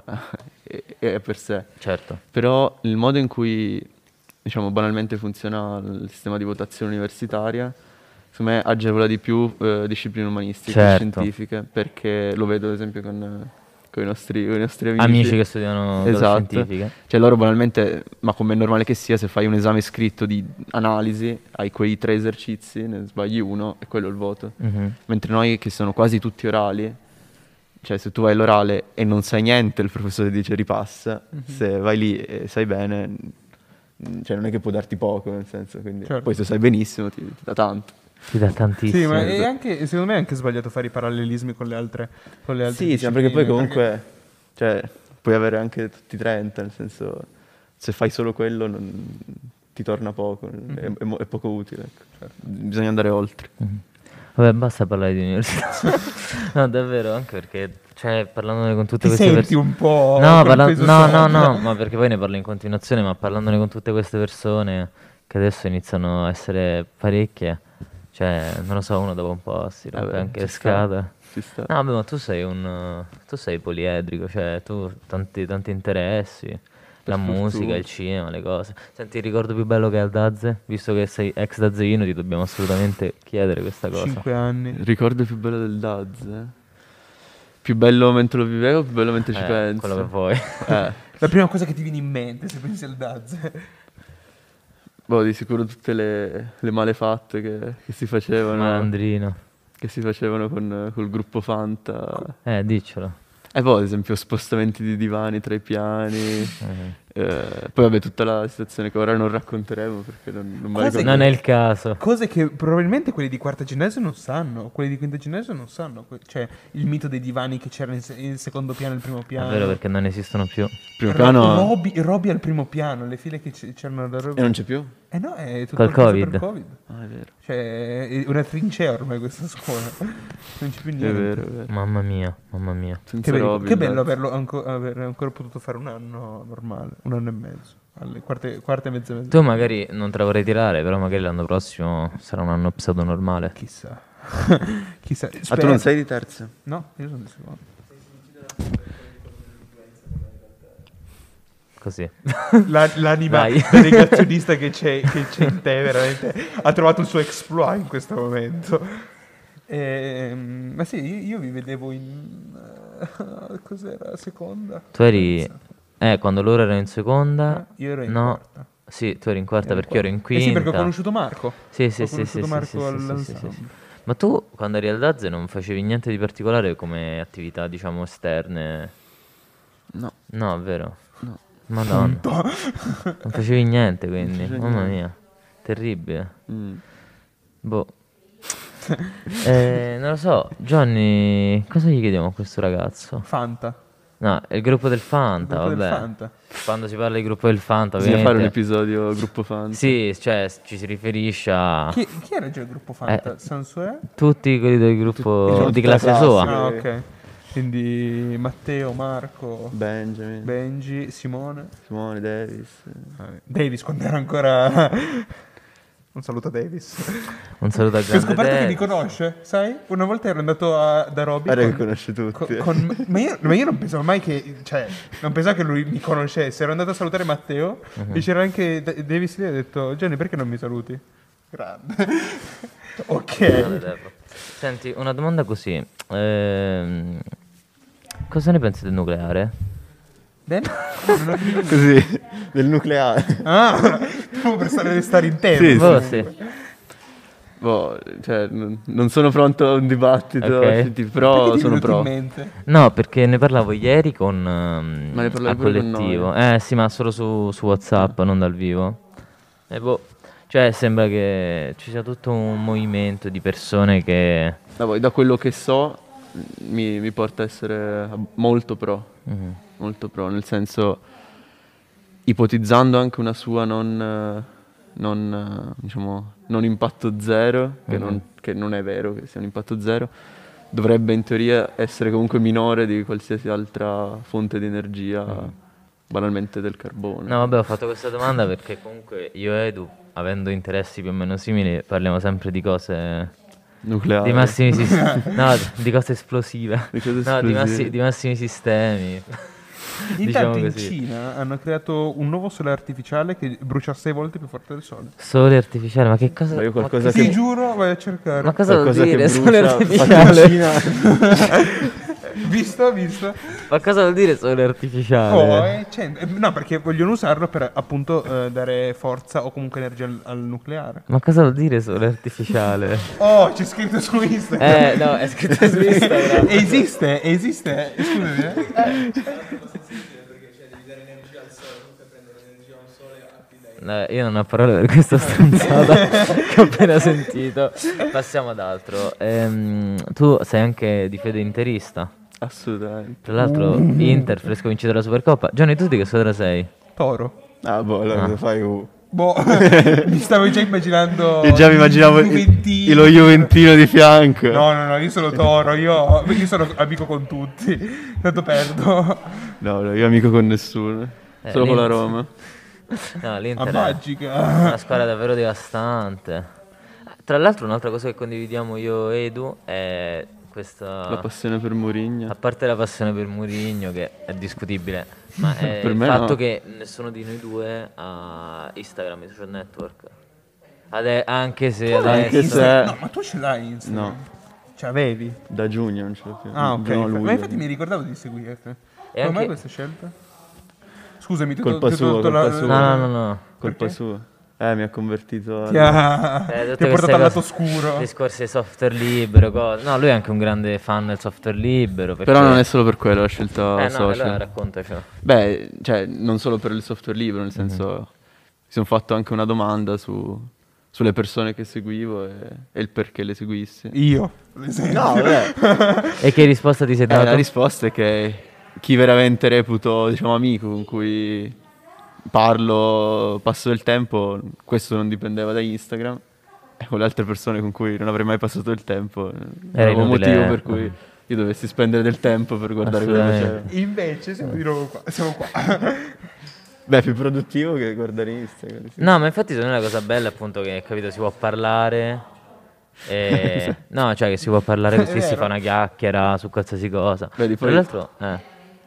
è per sé. Certo. Però il modo in cui, diciamo, banalmente funziona il sistema di votazione universitaria, secondo me agevola di più discipline umanistiche e scientifiche, perché lo vedo ad esempio con i nostri amici che studiano scientifiche. Cioè loro banalmente, ma come è normale che sia, se fai un esame scritto di analisi, hai quei 3 esercizi, ne sbagli uno e quello è il voto. Mentre noi che sono quasi tutti orali, cioè se tu vai all'orale e non sai niente, il professore dice ripassa, se vai lì e sai bene, cioè non è che può darti poco, nel senso, quindi poi se sai benissimo ti dà tanto. Ti dà tantissimo. Sì, ma è anche, secondo me è anche sbagliato fare i parallelismi con le altre Sì, perché poi comunque cioè, puoi avere anche tutti 30, nel senso, se fai solo quello ti torna poco, è poco utile, ecco. Certo. Bisogna andare oltre. Vabbè, basta parlare di università. No, davvero, anche perché, cioè, parlandone con tutte queste senti un po'... No, ma perché poi ne parlo in continuazione, ma parlandone con tutte queste persone che adesso iniziano a essere parecchie, cioè, non lo so, uno dopo un po' si rompe anche le scatole. Ci sta. No, vabbè, ma tu sei poliedrico, cioè, tu tanti interessi. La musica, il cinema, le cose. Senti, il ricordo più bello che hai al Dazze? Visto che sei ex dazzeino, ti dobbiamo assolutamente chiedere questa cosa. 5 anni. Il ricordo più bello del Dazze? Più bello mentre lo vivevo o più bello mentre ci penso? Quello che vuoi. La prima cosa che ti viene in mente se pensi al Dazze? Boh, di sicuro tutte le malefatte che si facevano. Malandrino. Che si facevano col gruppo Fanta. Diccelo. Poi ad esempio spostamenti di divani tra i piani, poi vabbè tutta la situazione che ora non racconteremo perché non mi ricordo. Non è il caso. Cose che probabilmente quelli di quarta ginnasio non sanno, quelli di quinta ginnasio non sanno, cioè il mito dei divani che c'erano in secondo piano e il primo piano. È vero, perché non esistono più. Primo piano... Roby al primo piano, le file che c'erano da Roby. E non c'è più? No, è tutto Col Covid. per Covid. Ah, è vero. Cioè, è una trincea ormai questa scuola. Non c'è più niente. È vero. Mamma mia. Che bello aver ancora potuto fare un anno normale, un anno e mezzo, alle quarte e mezze. Tu magari non te la vorrei tirare, però magari l'anno prossimo sarà un anno pseudo normale. Chissà. Chissà. Ah, tu non sei di terza? No, io sono di seconda. Così. L'anima da negazionista che c'è in te veramente ha trovato il suo exploit in questo momento. Ma sì, io vi vedevo in Cos'era? Seconda? Tu eri... quando loro erano in seconda... Io ero in no. quarta. Sì, tu eri in quarta perché io ero in quinta. Sì, perché ho conosciuto Marco. Sì, Ho conosciuto Marco all'ensemble. Ma tu quando eri al Dazze non facevi niente di particolare come attività, diciamo, esterne? No. No, è vero? No. Madonna. Non facevi niente, quindi. facevo Mamma niente. mia. Terribile. Mm. Boh. Non lo so, Johnny, cosa gli chiediamo a questo ragazzo? Fanta. No, è il gruppo del Fanta, Gruppo del vabbè. Fanta. Quando si parla di gruppo del Fanta, Bisogna fare un ovviamente... episodio gruppo fan. Sì, cioè ci si riferisce a Chi era già il gruppo Fanta? Sansoe? tutti quelli del gruppo diciamo di tutta la classe classe. sua. Ah, ok. Quindi Matteo, Marco, Benjamin, Benji, Simone. Simone, Davis. Davis quando era ancora... Un saluto a Davis. Un saluto a Ho grande scoperto che Davis. mi conosce, sai? Una volta ero andato da Robby Guarda che con- conosce tutti. ma io non pensavo mai che... Cioè, non pensavo che lui mi conoscesse. Ero andato a salutare Matteo e c'era anche Davis lì e ho detto Gianni, perché non mi saluti? Grande. Ok. Grande Debra. Senti, una domanda così. Cosa ne pensi del nucleare? Bene? Così, del nucleare. Ah, tu per stare in tempo. Sì, Boh, sì. Boh, cioè, non sono pronto a un dibattito, Ok. però Perché ti è sono venuto in pro. mente? No, perché ne parlavo ieri con Ma ne parlavi al pure con collettivo. Sì, ma solo su WhatsApp, non dal vivo. E boh, cioè sembra che ci sia tutto un movimento di persone che... Da quello che so, mi porta a essere molto pro. Mhm. Molto pro, nel senso, ipotizzando anche una sua diciamo, non impatto zero, che non è vero che sia un impatto zero, dovrebbe in teoria essere comunque minore di qualsiasi altra fonte di energia, banalmente del carbone. No, vabbè, ho fatto questa domanda perché comunque io e Edu, avendo interessi più o meno simili, parliamo sempre di cose... Nucleare. Di massimi sistemi. No, di cose esplosive. Di cose No, esplosive. di massimi sistemi. Intanto Diciamo in così. Cina hanno creato un nuovo sole artificiale che brucia 6 volte più forte del sole. Sole artificiale, ma che cosa... Ma io qualcosa ma Ti che- giuro, vai a cercare. Ma cosa vuol Qualcosa che dire sole brucia, artificiale? Visto? Ma cosa vuol dire sole artificiale? No, perché vogliono usarlo per appunto dare forza o comunque energia al nucleare. Ma cosa vuol dire sole artificiale? Oh, c'è scritto su Instagram. No, è scritto su Instagram. Esiste. Scusami. No, io non ho parole per questa stronzata che ho appena sentito. Passiamo ad altro. Tu sei anche di fede interista. Assolutamente. Tra l'altro, Inter, fresco vincitore della Supercoppa. Gianni, tu di che squadra sei? Toro. Ah, boh, allora cosa fai? Boh, mi stavo già immaginando. Io già mi immaginavo lo Juventino di fianco. No, io sono Toro. Io sono amico con tutti. Tanto perdo. No, io amico con nessuno. Solo con la l'Inter- Roma. No, A l'Inter è magica. una squadra davvero devastante. Tra l'altro, un'altra cosa che condividiamo io e Edu è questa... La passione per Mourinho. A parte la passione per Mourinho, che è discutibile, ma è Per il me fatto no. che nessuno di noi due ha Instagram, i social network. Anche se Anche adesso... se- No, ma tu ce l'hai Instagram? No, Ce l'avevi? da giugno non ce l'ho più. Ah, ok. No, Ma luglio. infatti mi ricordavo di seguirti. Come anche- mai questa scelta? Scusami, ti ho Colpa ti ho sua, tolto colpa la... sua. No. Colpa Perché? sua. Mi ha convertito Ti ha, Tutte ti ha portato queste al lato cose- oscuro. Discorsi di software libero, cose. No, lui è anche un grande fan del software libero. Perché... Però non è solo per quello la scelta no, social. allora raccontaci. Beh, cioè, non solo per il software libero, nel senso, mi sono fatto anche una domanda sulle persone che seguivo e il perché le seguissi. Io, ad esempio. No, vabbè. E che risposta ti sei dato? La risposta è che chi veramente reputo, diciamo, amico, con cui parlo, passo del tempo, questo non dipendeva da Instagram, e con le altre persone con cui non avrei mai passato del tempo, non avevo inutile, motivo per cui io dovessi spendere del tempo per guardare quello che Assolutamente. c'era. Invece siamo di nuovo qua. Siamo qua. Beh, più produttivo che guardare Instagram. Sì. No, ma infatti secondo me la cosa bella è appunto che, capito, si può parlare. No, cioè che si può parlare così, si fa una chiacchiera su qualsiasi cosa. Beh, di Tra poi- l'altro,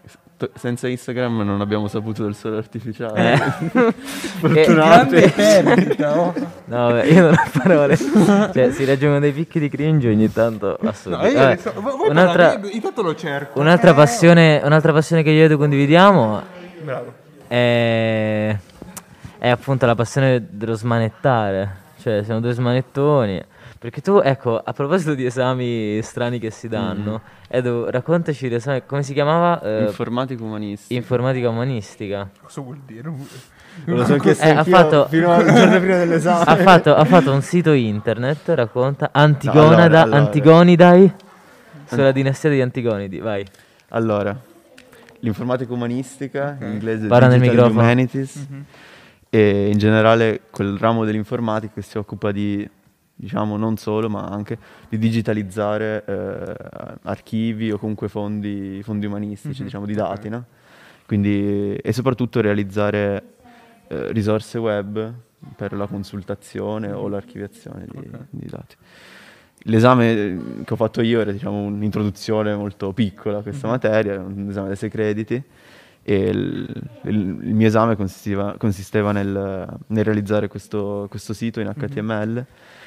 senza Instagram non abbiamo saputo del sole artificiale. Grande Fortunati. perdita. Oh. No, vabbè, io non ho parole. Cioè, si raggiungono dei picchi di cringe ogni tanto. Assurdo. No, io Vabbè, adesso, voi un'altra, parlate, intanto lo cerco. un'altra passione che io e tu condividiamo Bravo. è appunto la passione dello smanettare. Cioè, siamo due smanettoni. Perché tu, ecco, a proposito di esami strani che si danno, Edu, raccontaci l'esame, come si chiamava? Informatico umanistica. Informatica umanistica. Cosa vuol dire? Me lo sono chiesto ha anch'io fatto- fino al giorno prima dell'esame. Ha fatto un sito internet, racconta, allora. Antigonidai, sulla dinastia degli Antigonidi, vai. Allora, l'informatica umanistica, in inglese Parla nel Digital microfono. Humanities, e in generale quel ramo dell'informatica che si occupa di, diciamo, non solo, ma anche di digitalizzare archivi o comunque fondi umanistici, diciamo, di dati, no? Quindi, e soprattutto realizzare risorse web per la consultazione o l'archiviazione di dati. L'esame che ho fatto io era, diciamo, un'introduzione molto piccola a questa materia, un esame da 6 crediti, e il mio esame consisteva nel realizzare questo sito in HTML,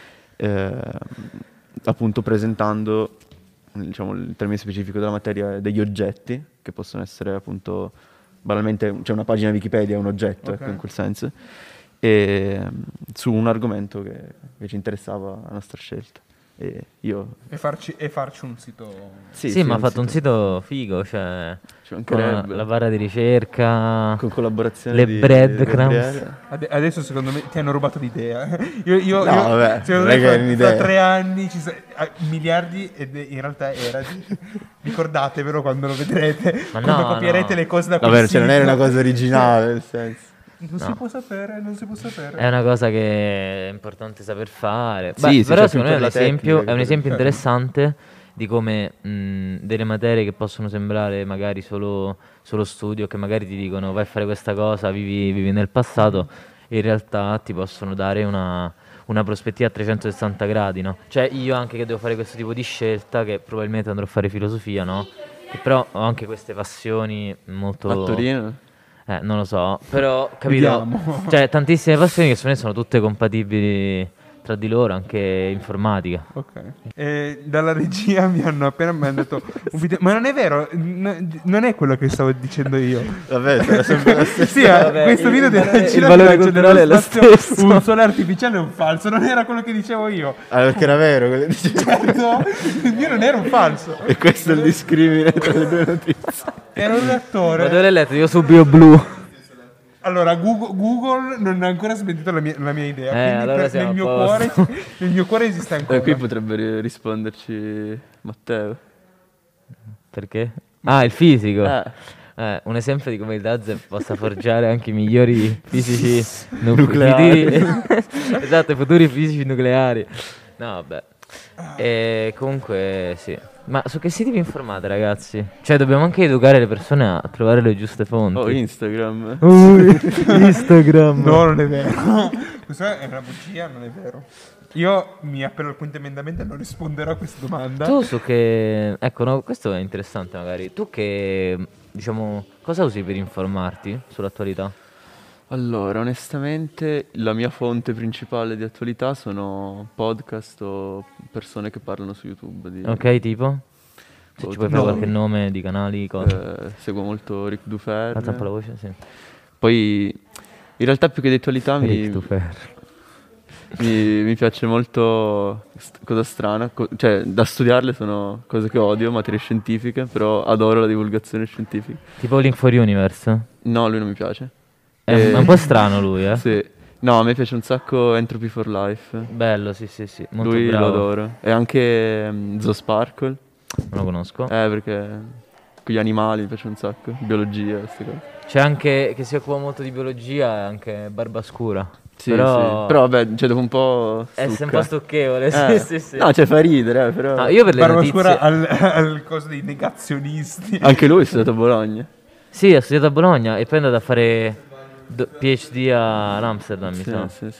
appunto presentando, diciamo, il termine specifico della materia, degli oggetti, che possono essere appunto, banalmente, c'è una pagina Wikipedia, è un oggetto, ecco, in quel senso, e su un argomento che ci interessava la nostra scelta. E io... E farci un sito. Sì, ma ha fatto un sito figo, cioè Ci con mancherebbe. la barra di ricerca, Con collaborazione le di breadcrumbs. Gabriele. Adesso secondo me ti hanno rubato l'idea. vabbè, Secondo non è me che è fra un'idea. 3 anni miliardi, ed in realtà era ricordatevelo quando lo vedrete, Ma quando no, copierete no. le cose da quel Vabbè, cioè non era sito. una cosa originale, nel senso. Non si può sapere, non si può sapere. È una cosa che è importante saper fare. Sì, Beh, sì, però c'è secondo me è un tutta la esempio, tecnica è un che esempio deve fare. interessante di come delle materie che possono sembrare magari solo studio, che magari ti dicono vai a fare questa cosa, vivi nel passato, in realtà ti possono dare una prospettiva a 360 gradi, no? Cioè io anche che devo fare questo tipo di scelta, che probabilmente andrò a fare filosofia, no? Che però ho anche queste passioni molto... A Torino? Non lo so, però capito? Vediamo. Cioè, tantissime passioni che secondo me sono tutte compatibili tra di loro, anche informatica. Ok. Dalla regia mi hanno appena mandato un video. Ma non è vero, non è quello che stavo dicendo io. Vabbè, sarà sempre la stessa. Sì, Vabbè, questo il video della valore- regia il valore lancia culturale è nello lo spazio stesso. un sole artificiale è un falso, non era quello che dicevo io. Ah, perché era vero quello che dicevi. Certo, il mio non era un falso. E questo è il discrimine tra le due notizie. Era un Ma attore. dove l'hai letto? Io su BioBlu. Allora, Google non ha ancora smentito la mia idea. Quindi allora siamo nel a posto. nel mio cuore esiste ancora. Qui potrebbe risponderci Matteo. Perché? Ah, il fisico. Eh. Un esempio di come il Dazze possa forgiare anche i migliori fisici Nucleari. Esatto, i futuri fisici nucleari. No, vabbè. E comunque, sì. Ma su che siti vi informate, ragazzi? Cioè, dobbiamo anche educare le persone a trovare le giuste fonti. Oh, Instagram. Instagram. No, non è vero. Questa è una bugia, non è vero. Io mi appello al quinto emendamento e non risponderò a questa domanda. Tu su che... Ecco, no, questo è interessante magari. Tu che, diciamo, cosa usi per informarti sull'attualità? Allora, onestamente, la mia fonte principale di attualità sono podcast o persone che parlano su YouTube. Ok, tipo? Se ci puoi fare No. qualche nome di canali, cose. Seguo molto Ric Dufer. Alza un po' la voce, sì. Poi, in realtà, più che di attualità, Ric Dufer. mi piace molto, cosa strana, cioè da studiarle sono cose che odio, materie scientifiche, però adoro la divulgazione scientifica. Tipo Link for Universe. No, lui non mi piace. È un po' strano lui, eh? Sì. No, a me piace un sacco Entropy for Life. Bello, sì, sì, sì. Molto Lui bravo. lo adoro. E anche Zoosparkle. Non lo conosco. Perché con gli animali mi piace un sacco. Biologia, queste cose. C'è anche, che si occupa molto di biologia, anche Barbascura. Sì, però sì. Però vabbè, cioè dopo un po' è stucca. un po' stucchevole, Eh. sì, sì, sì. No, cioè fa ridere, però... No, io per le Barbascura notizie... al coso dei negazionisti. Anche lui è stato a Bologna. Sì, ha studiato a Bologna e poi è andato a fare PhD ad Amsterdam, mi sa. Sì, sì.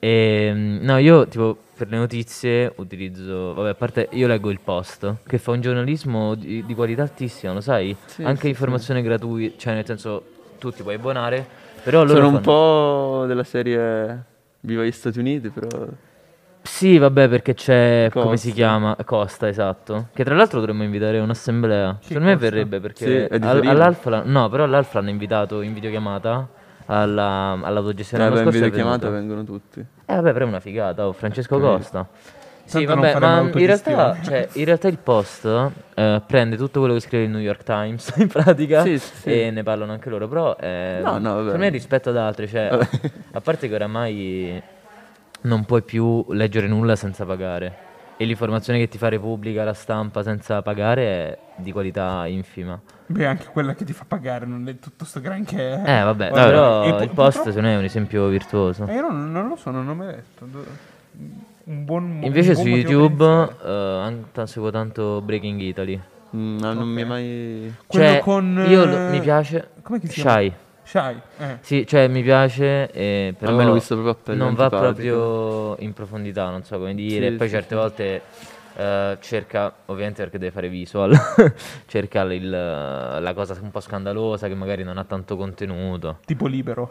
No, io tipo per le notizie utilizzo, vabbè, a parte io leggo il Post, che fa un giornalismo di qualità altissima, lo sai? Sì, Anche sì, informazione gratuita, cioè nel senso tu ti puoi abbonare, però loro Sono un fanno... po' della serie Viva gli Stati Uniti, però... Sì, vabbè, perché c'è, come si Costa. chiama? Costa, esatto. Che tra l'altro dovremmo invitare un'assemblea. Secondo me Costa? verrebbe perché Sì, è di Torino. all'Alfa, no, però all'Alfa l'hanno invitato in videochiamata all'autogestione l'anno in scorso è videochiamata venuto. vengono tutti. Vabbè, però è una figata, Francesco Capito. Costa. Sì, Tanto non vabbè, faremo ma in realtà, l'autogestione. cioè, in realtà il Post prende tutto quello che scrive il New York Times, in pratica, Sì, sì, sì. e ne parlano anche loro, però No, vabbè. per me rispetto ad altri, cioè, Vabbè. a parte che oramai non puoi più leggere nulla senza pagare, e l'informazione che ti fa Repubblica, la stampa senza pagare è di qualità infima. Beh, anche quella che ti fa pagare, non è tutto sto granché. Vabbè, Guarda, però e il Post purtroppo- secondo me è un esempio virtuoso. Io non lo so, non ho mai letto. Un buon Invece un su buon motivo YouTube per iniziare. seguo tanto Breaking Italy. No, non mi è Ok. mai... Quello Cioè, con, io mi piace. come che si chiama? Shy. Shy. Sì, cioè mi piace, però A me l'ho visto proprio a pelle non va antipatico. proprio in profondità, non so come dire. Sì, Poi sì, certe sì. volte cerca, ovviamente perché deve fare visual, cerca la cosa un po' scandalosa che magari non ha tanto contenuto. Tipo Libero.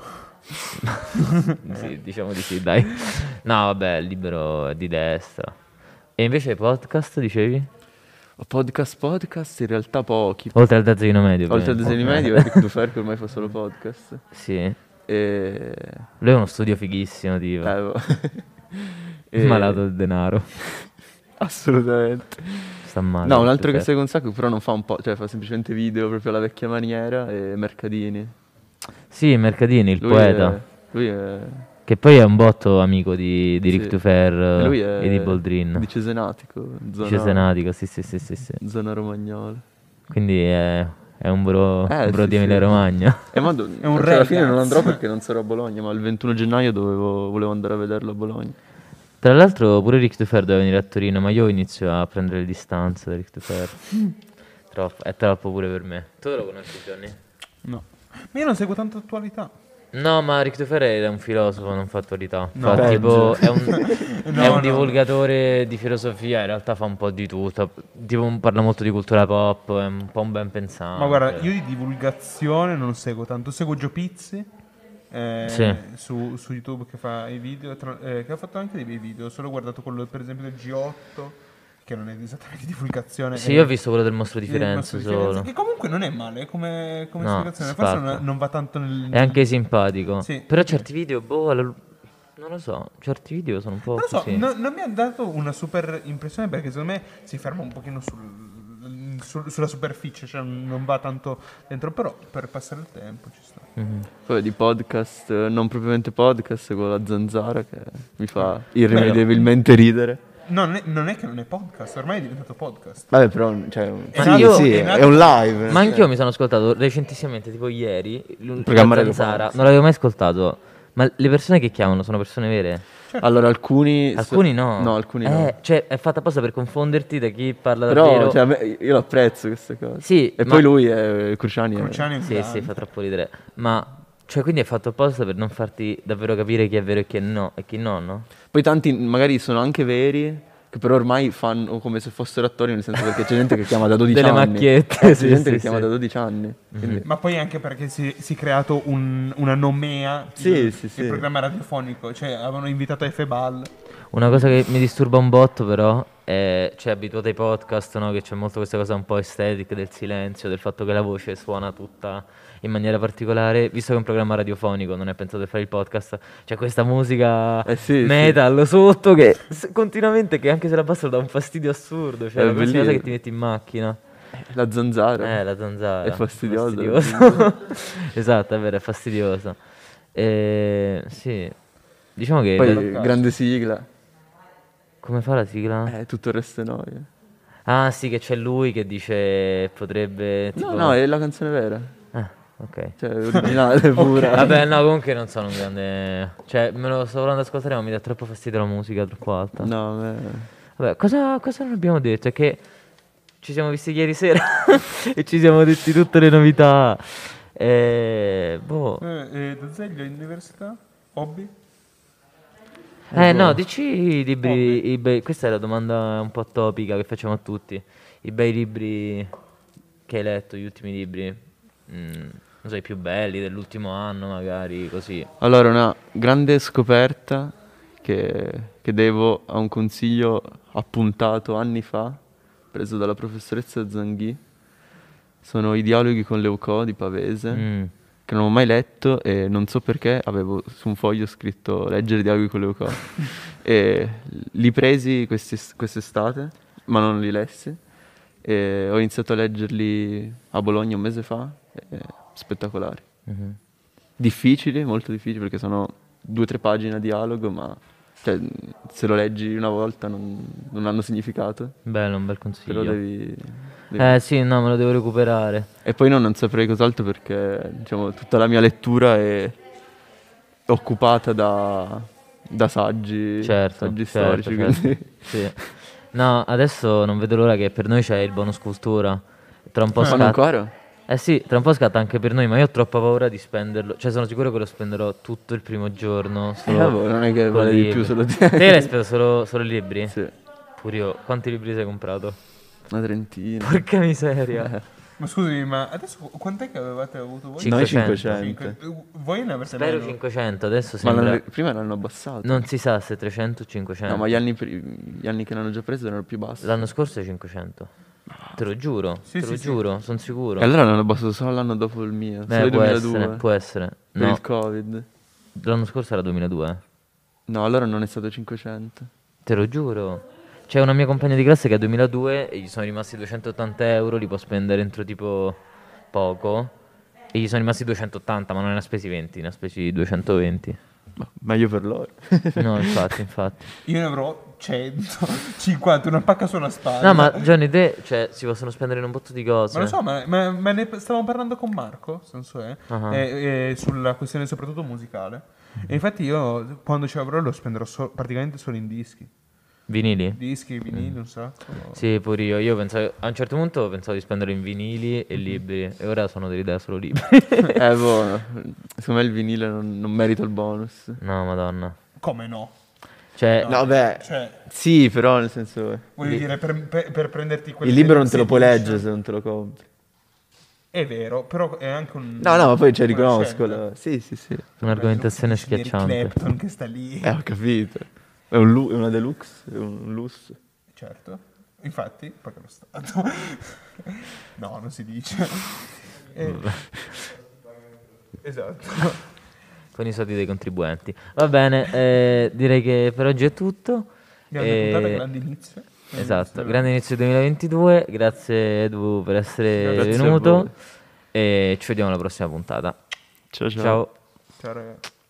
Sì, diciamo di sì, dai. No, vabbè, il Libero è di destra. E invece podcast, dicevi? Podcast, in realtà pochi. Oltre al Dazzino Medio. Oltre al ovviamente. disegno medio, Eric Dufer che ormai fa solo podcast. Sì. E... Lui è uno studio fighissimo, tipo. boh. Malato del denaro. Assolutamente. Sta male. No, un altro che Dufer. segue un sacco, però non fa un po', cioè fa semplicemente video proprio alla vecchia maniera, e Mercadini. Sì, Mercadini, il Lui poeta. Lui è... Che poi è un botto amico di Rick Sì. Dufer E lui è e di Boldrin. di Cesenatico, zona, Cesenatico, sì, sì, sì, sì, sì. zona romagnola. Quindi è un bro Sì, di sì. Emilia Romagna. È un re, alla fine non ragazzi. andrò perché non sarò a Bologna, ma il 21 gennaio volevo andare a vederlo a Bologna. Tra l'altro pure Rick Dufer doveva venire a Torino, ma io inizio a prendere le distanze da Rick Dufer. È troppo pure per me. Tu lo conosci, Johnny? No. Ma io non seguo tanto attualità. No, ma Rick Dufer è un filosofo, non fa attualità. No. Fa tipo, è No, un divulgatore di filosofia, in realtà fa un po' di tutto. Tipo parla molto di cultura pop, è un po' un ben pensante. Ma guarda, io di divulgazione non seguo tanto. Seguo Gio Pizzi Sì. su YouTube che fa i video, che ha fatto anche dei bei video. Ho solo guardato quello per esempio del G8, che non è esattamente divulgazione. Sì, è- io ho visto quello del mostro di del Firenze Mostro di Firenze, solo. che comunque non è male come No, spiegazione. Forse spacca. non va tanto nel... È anche simpatico. Sì. Però certi video, boh, non lo so, certi video sono un po' Non lo so, così. non mi ha dato una super impressione perché secondo me si ferma un pochino sulla superficie, cioè non va tanto dentro, però per passare il tempo ci sta. Mhm. Poi di podcast, non propriamente podcast, seguo la Zanzara che mi fa irrimediabilmente ridere. No, non è che non è podcast, ormai è diventato podcast. Vabbè, però, cioè, È sì, nato- sì, è nato- è un live. Ma anch'io mi sono ascoltato recentissimamente, tipo ieri, programma la Radio Zanzara. Forza. Non l'avevo mai ascoltato. Ma le persone che chiamano sono persone vere? Allora, alcuni... Alcuni no. No, alcuni no. Cioè, è fatta apposta per confonderti da chi parla Però, davvero. cioè, io l'apprezzo queste cose. Sì, E ma- poi lui, Cruciani, Cruciani è un Sì, grande. sì, fa troppo ridere. Ma, cioè, quindi è fatto apposta per non farti davvero capire chi è vero e chi è no, e chi no, no? Poi tanti magari sono anche veri, che però ormai fanno come se fossero attori, nel senso perché c'è gente che chiama da 12 Delle anni. macchiette, C'è sì, gente sì, che chiama sì. da 12 anni. Quindi- Ma poi anche perché si è creato una nomea, Sì, il, sì, il sì. programma radiofonico, cioè avevano invitato Efebal. Una cosa che mi disturba un botto però è, cioè, abituato ai podcast, no? Che c'è molto questa cosa un po' estetica del silenzio, del fatto che la voce suona tutta in maniera particolare, visto che è un programma radiofonico, non è pensato per fare il podcast, c'è questa musica sì, metal sotto che continuamente, che anche se la basso dà un fastidio assurdo, cioè È la prossima cosa bellissimo. che ti metti in macchina. La Zanzara. La zanzara. È fastidiosa. Fastidioso. Esatto, è vero, è fastidiosa. Sì, diciamo che... Poi grande sigla. Come fa la sigla? Tutto il resto è noia. Ah, sì, che c'è lui che dice potrebbe tipo... No, è la canzone vera. Ah, ok. Cioè, originale, pura. Vabbè, no, comunque non sono un grande... Cioè, me lo sto provando ad ascoltare, ma mi dà troppo fastidio la musica, troppo alta. No, a me... Vabbè, cosa non abbiamo detto? È che ci siamo visti ieri sera e ci siamo detti tutte le novità. Boh. Da Zeglio all'università? Hobby? No, dici i libri, questa è la domanda un po' topica che facciamo a tutti. I bei libri che hai letto, gli ultimi libri, non so, i più belli dell'ultimo anno magari, così. Allora, una grande scoperta che devo a un consiglio appuntato anni fa, preso dalla professoressa Zanghi, sono I dialoghi con Leucò di Pavese, che non ho mai letto e non so perché avevo su un foglio scritto leggere I dialoghi con Leucò e li presi quest'estate, ma non li lessi e ho iniziato a leggerli a Bologna un mese fa, spettacolari. Difficili, molto difficili perché sono 2 o 3 pagine a dialogo, ma cioè, se lo leggi una volta non hanno significato. Bello, un bel consiglio. Però devi... Sì, no, me lo devo recuperare. E poi non saprei cos'altro perché diciamo, tutta la mia lettura è occupata da saggi, saggi storici. Quindi... Sì. No, adesso non vedo l'ora che per noi c'è il bonus cultura. Tra un po' Ma ancora? sì, tra un po' scatta anche per noi, ma io ho troppa paura di spenderlo. Cioè, sono sicuro che lo spenderò tutto il primo giorno. Non è che con vale di libri. più solo di... Te l'hai speso solo i libri? Sì, Pure io. Quanti libri sei comprato? una trentina. Porca miseria. Ma scusami, ma adesso quant'è che avevate avuto voi? Noi 500. 500. Voi ne avete Spero meno? 500, adesso Ma sembra... prima l'hanno abbassato. Non si sa se 300 o 500. No, ma gli anni che l'hanno già preso erano più bassi. L'anno scorso è 500. Te lo giuro, Sì, te lo sì, giuro, sono sicuro. E allora l'hanno abbassato solo l'anno dopo il mio. Solo il può 2002. essere, può essere. Per No, il Covid. l'anno scorso era 2002. No, allora non è stato 500. Te lo giuro. C'è una mia compagna di classe che è 2002 e gli sono rimasti 280 euro, li può spendere entro tipo poco. E gli sono rimasti 280, ma non ne ha spesi 20, ne ha spesi 220. Ma meglio per loro. No, infatti. Io ne avrò 150, una pacca sulla spalla. No, ma Johnny, te, cioè, si possono spendere in un botto di cose. Ma lo so, ma ne stavamo parlando con Marco, senso è, sulla questione soprattutto musicale. E infatti io quando ce l'avrò lo spenderò praticamente solo in dischi. Vinili? Dischi, vinili, un sacco. Sì, pure io. Io pensavo, a un certo punto pensavo di spendere in vinili e libri. E ora sono dell'idea solo libri. Buono. Secondo me il vinile non merita il bonus. No, madonna. Come no? Cioè, No, beh, Cioè, sì, però nel senso... voglio dire, per prenderti quelle Il libro non te lo sedici- puoi leggere se non te lo compri. È vero, però è anche un... No, ma poi una riconosco. scelta. Sì. un'argomentazione Eric schiacciante. Clapton che sta lì. Ho capito. È una deluxe, è un lusso. Certo. Infatti, perché lo Stato. No, non si dice. Esatto. Con i soldi dei contribuenti. Va bene, direi che per oggi è tutto. Grande puntata, grande inizio. Esatto, grande inizio 2022. Grazie Edu per essere Grazie a venuto. voi. E ci vediamo alla prossima puntata. Ciao. Ciao. Ciao ragazzi.